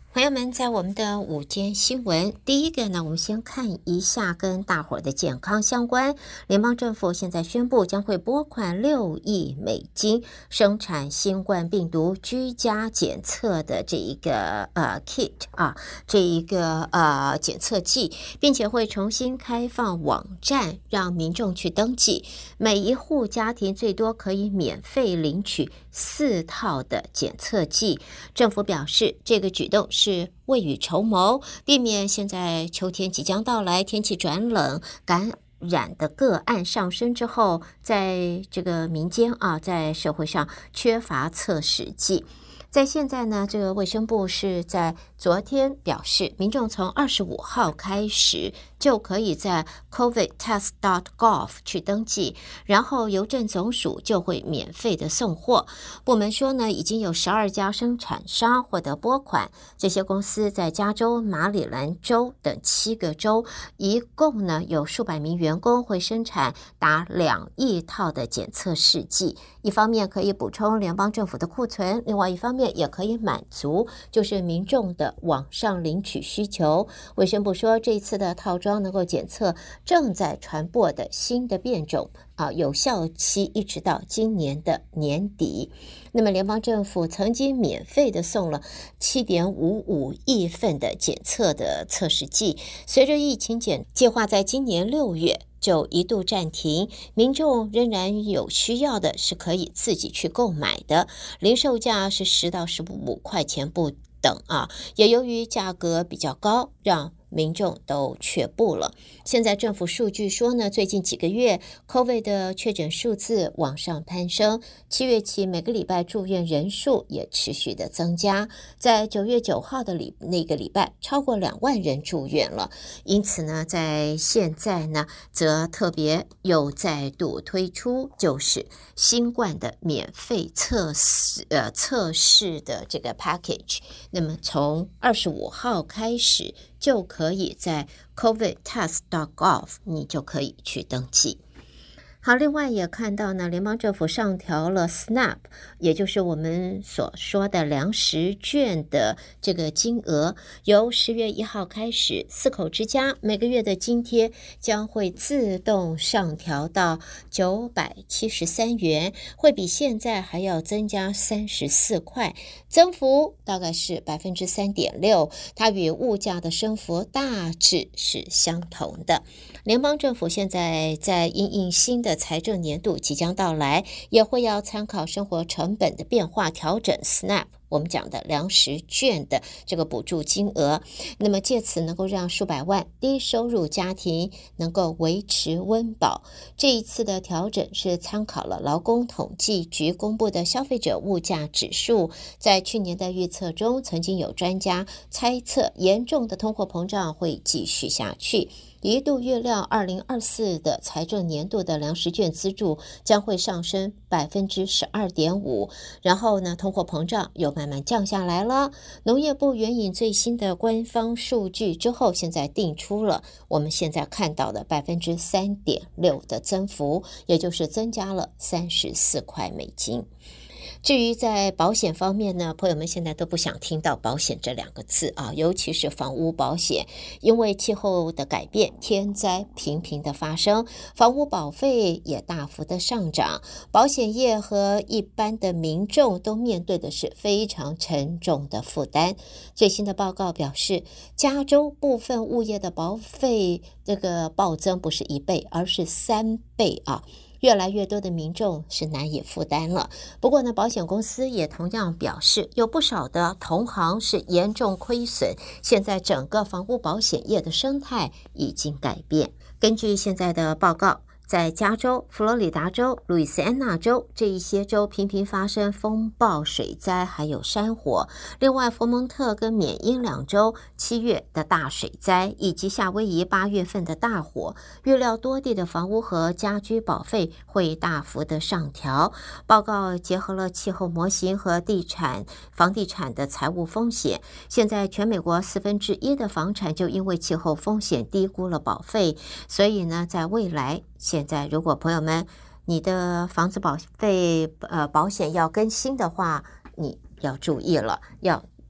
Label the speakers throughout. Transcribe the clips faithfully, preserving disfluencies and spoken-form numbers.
Speaker 1: 朋友们，在我们的午间新闻，第一个呢，我们先看一下跟大伙儿的健康相关。联邦政府现在宣布将会拨款六亿美金生产新冠病毒居家检测的这一个呃 kit 啊，这一个呃检测剂，并且会重新开放网站，让民众去登记。每一户家庭最多可以免费领取四套的检测剂。政府表示，这个举动是未雨绸缪，避免现在秋天即将到来，天气转冷，感染的个案上升之后，在这个民间啊，在社会上缺乏测试剂。在现在呢，这个卫生部是在昨天表示，民众从二十五号开始就可以在 covid test dot gov 去登记，然后邮政总署就会免费的送货。部门说呢，已经有十二家生产商获得拨款，这些公司在加州、马里兰州等七个州，一共呢有数百名员工，会生产达两亿套的检测试剂。一方面可以补充联邦政府的库存，另外一方面也可以满足就是民众的网上领取需求。卫生部说，这一次的套装能够检测正在传播的新的变种啊，有效期一直到今年的年底。那么联邦政府曾经免费的送了 七点五五亿份的检测的测试剂，随着疫情检计划在今年六月就一度暂停，民众仍然有需要的是可以自己去购买的，零售价是十到十五块钱不等啊，也由于价格比较高，让民众都却步了。现在政府数据说呢，最近几个月 COVID 的确诊数字往上攀升，七月起每个礼拜住院人数也持续的增加，在九月九号的礼那个礼拜超过两万人住院了。因此呢，在现在呢，则特别又再度推出就是新冠的免费测试呃测试的这个 package。那么从二十五号开始，就可以在 covid test dot gov 你就可以去登记。好，另外也看到呢，联邦政府上调了 S N A P， 也就是我们所说的粮食券的这个金额，由十月一号开始，四口之家每个月的津贴将会自动上调到九百七十三元，会比现在还要增加三十四块，增幅大概是 百分之三点六， 它与物价的升幅大致是相同的。联邦政府现在在因应新的财政年度即将到来，也会要参考生活成本的变化，调整 S N A P 我们讲的粮食券的这个补助金额，那么借此能够让数百万低收入家庭能够维持温饱。这一次的调整是参考了劳工统计局公布的消费者物价指数，在去年的预测中，曾经有专家猜测严重的通货膨胀会继续下去，一度预料二零二四的财政年度的粮食券资助将会上升 百分之十二点五， 然后呢，通货膨胀又慢慢降下来了。农业部援引最新的官方数据之后，现在定出了我们现在看到的 百分之三点六 的增幅，也就是增加了三十四块美金。至于在保险方面呢，朋友们现在都不想听到保险这两个字啊，尤其是房屋保险，因为气候的改变，天灾频频的发生，房屋保费也大幅的上涨，保险业和一般的民众都面对的是非常沉重的负担。最新的报告表示，加州部分物业的保费这个暴增不是一倍，而是三倍啊。越来越多的民众是难以负担了。不过呢，保险公司也同样表示，有不少的同行是严重亏损，现在整个房屋保险业的生态已经改变。根据现在的报告，在加州、佛罗里达州、路易斯安那州这一些州频频发生风暴、水灾还有山火，另外佛蒙特跟缅因两州七月的大水灾，以及夏威夷八月份的大火，预料多地的房屋和家居保费会大幅的上调。报告结合了气候模型和地产房地产的财务风险，现在全美国四分之一的房产就因为气候风险低估了保费，所以呢，在未来现在如果朋友们你的房子保费呃保险要更新的话，你要注意了，要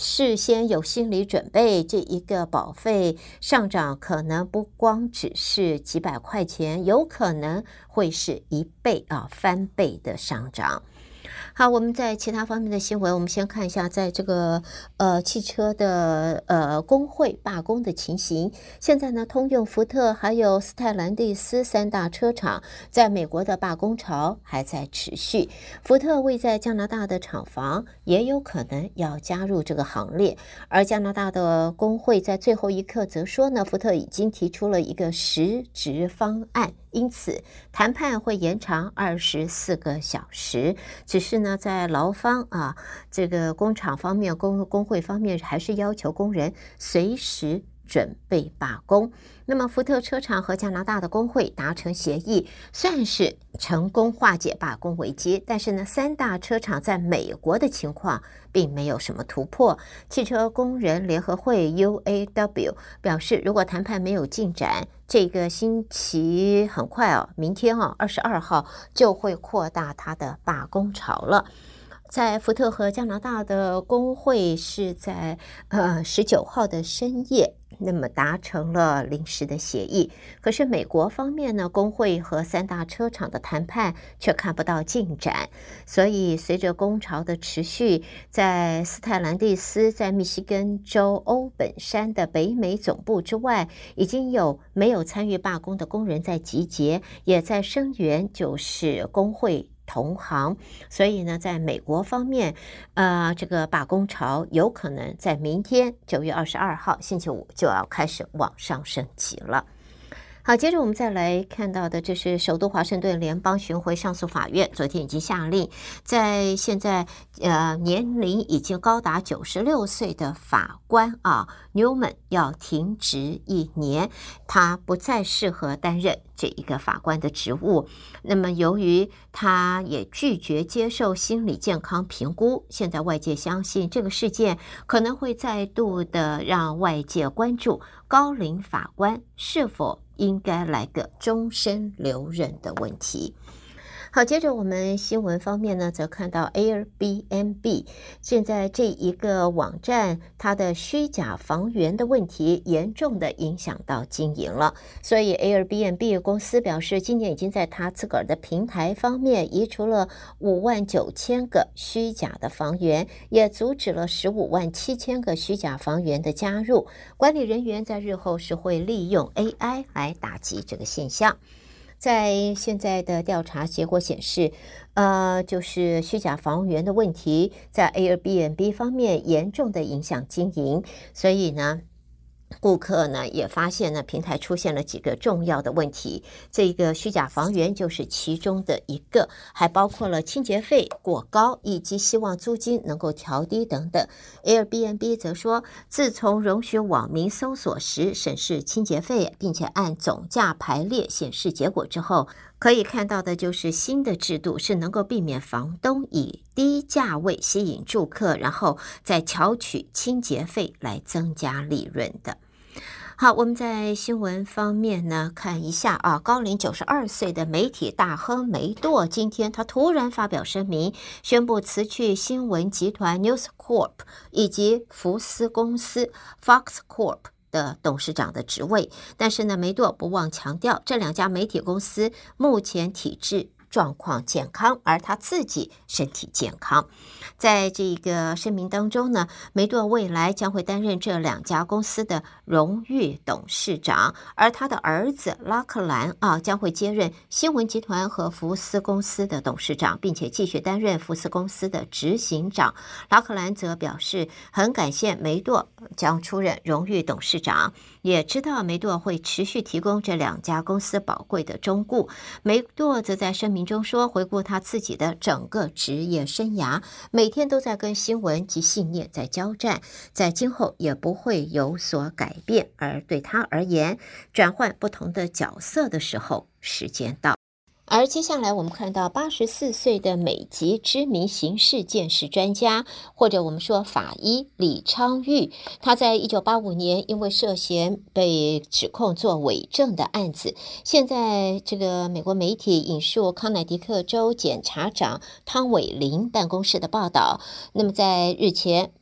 Speaker 1: 事先有心理准备，这一个保费上涨可能不光只是几百块钱，有可能会是一倍啊，翻倍的上涨。好，我们在其他方面的新闻，我们先看一下，在这个呃汽车的呃工会罢工的情形。现在呢，通用、福特还有斯泰兰蒂斯三大车厂在美国的罢工潮还在持续。福特位在加拿大的厂房也有可能要加入这个行列，而加拿大的工会在最后一刻则说呢，福特已经提出了一个实质方案。因此，谈判会延长二十四个小时。只是呢，在劳方啊，这个工厂方面、工工会方面，还是要求工人随时准备罢工。那么，福特车厂和加拿大的工会达成协议，算是成功化解罢工危机。但是呢，三大车厂在美国的情况并没有什么突破。汽车工人联合会 U A W 表示，如果谈判没有进展，这个星期很快哦，明天啊，二十二号就会扩大它的罢工潮了。在福特和加拿大的工会是在呃十九号的深夜，那么达成了临时的协议。可是美国方面呢，工会和三大车厂的谈判却看不到进展。所以随着工潮的持续，在斯泰兰蒂斯在密西根州欧本山的北美总部之外，已经有没有参与罢工的工人在集结，也在声援就是工会同行。所以呢，在美国方面，呃，这个罢工潮有可能在明天九月二十二号星期五就要开始往上升级了。好，接着我们再来看到的，这是首都华盛顿联邦巡回上诉法院昨天已经下令，在现在呃年龄已经高达九十六岁的法官啊 Newman 要停职一年，他不再适合担任这一个法官的职务。那么由于他也拒绝接受心理健康评估，现在外界相信这个事件可能会再度的让外界关注高龄法官是否应该来个终身留任的问题。好，接着我们新闻方面呢，则看到 Airbnb 现在这一个网站，它的虚假房源的问题严重的影响到经营了。所以 Airbnb 公司表示，今年已经在它自个儿的平台方面移除了五万九千个虚假的房源，也阻止了十五万七千个虚假房源的加入。管理人员在日后是会利用 A I 来打击这个现象。在现在的调查结果显示，呃，就是虚假房源的问题在 Airbnb 方面严重的影响经营，所以呢，顾客呢也发现呢，平台出现了几个重要的问题，这个虚假房源就是其中的一个，还包括了清洁费过高，以及希望租金能够调低等等。Airbnb 则说，自从容许网民搜索时审视清洁费，并且按总价排列显示结果之后，可以看到的就是新的制度是能够避免房东以低价位吸引住客，然后再巧取清洁费来增加利润的。好，我们在新闻方面呢，看一下啊，高龄九十二岁的媒体大亨梅朵，今天他突然发表声明，宣布辞去新闻集团 News Corp 以及福斯公司 Fox Corp的董事长的职位。但是呢，梅朵不忘强调，这两家媒体公司目前体制状况健康，而他自己身体健康。在这个声明当中呢，梅朵未来将会担任这两家公司的荣誉董事长，而他的儿子拉克兰啊将会接任新闻集团和福斯公司的董事长，并且继续担任福斯公司的执行长。拉克兰则表示很感谢梅朵将出任荣誉董事长，也知道梅朵会持续提供这两家公司宝贵的忠告。梅朵则在声明中说，回顾他自己的整个职业生涯，每天都在跟新闻及信念在交战，在今后也不会有所改变，而对他而言，转换不同的角色的时候，时间到。而接下来我们看到八十四岁的美籍知名刑事鉴识专家，或者我们说法医李昌钰，他在一九八五年因为涉嫌被指控做伪证的案子，现在这个美国媒体引述康乃狄克州检察长汤伟林办公室的报道，那么在日前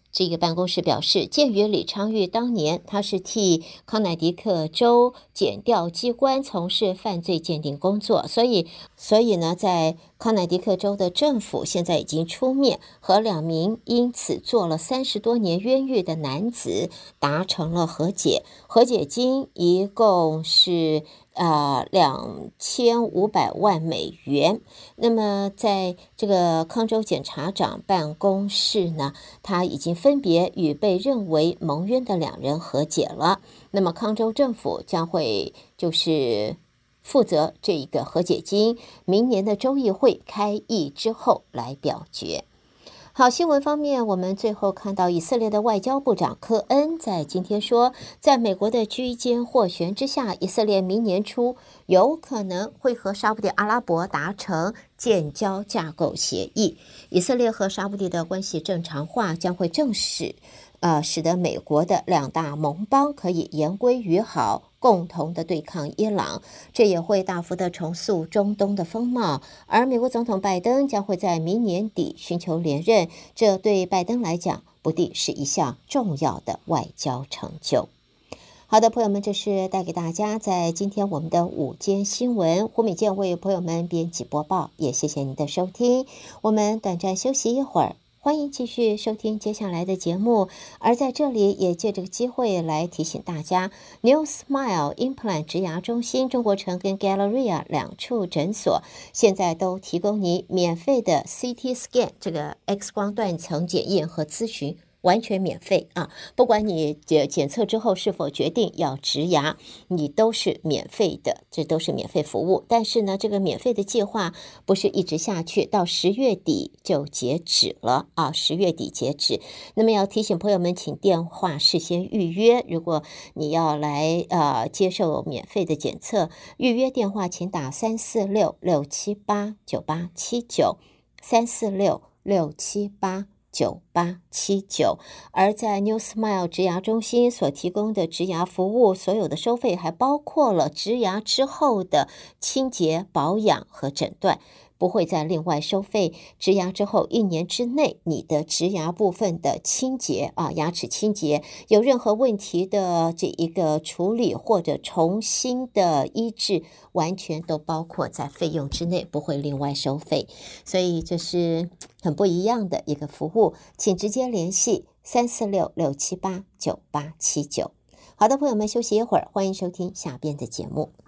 Speaker 1: 这个办公室表示，鉴于李昌钰当年他是替康乃狄克州检调机关从事犯罪鉴定工作，所以所以呢，在康乃狄克州的政府现在已经出面和两名因此做了三十多年冤狱的男子达成了和解，和解金一共是呃，两千五百万美元。那么，在这个康州检察长办公室呢，他已经分别与被认为蒙冤的两人和解了。那么，康州政府将会就是负责这一个和解金，明年的州议会开议之后来表决。好，新闻方面，我们最后看到以色列的外交部长科恩在今天说，在美国的居间斡旋之下，以色列明年初有可能会和沙烏地阿拉伯达成建交架构协议。以色列和沙烏地的关系正常化将会正使呃，使得美国的两大盟邦可以言归于好，共同的对抗伊朗，这也会大幅的重塑中东的风貌。而美国总统拜登将会在明年底寻求连任，这对拜登来讲不定是一项重要的外交成就。好的，朋友们，这是带给大家在今天我们的午间新闻，胡美健为朋友们编辑播报，也谢谢您的收听。我们短暂休息一会儿，欢迎继续收听接下来的节目。而在这里也借这个机会来提醒大家， New Smile Implant 植牙中心中国城跟 Galleria 两处诊所现在都提供你免费的 C T Scan 这个 X 光断层检验和咨询，完全免费啊！不管你检检测之后是否决定要植牙，你都是免费的，这都是免费服务。但是呢，这个免费的计划不是一直下去，到十月底就截止了啊！十月底截止。那么要提醒朋友们，请电话事先预约。如果你要来呃接受免费的检测，预约电话请打三四六六七八九八七九三四六六七八。九八七九，而在 New Smile 植牙中心所提供的植牙服务，所有的收费还包括了植牙之后的清洁、保养和诊断，不会再另外收费。植牙之后一年之内，你的植牙部分的清洁啊，牙齿清洁有任何问题的这一个处理或者重新的医治，完全都包括在费用之内，不会另外收费。所以这是很不一样的一个服务，请直接联系三四六六七八九八七九。好的，朋友们，休息一会儿，欢迎收听下边的节目。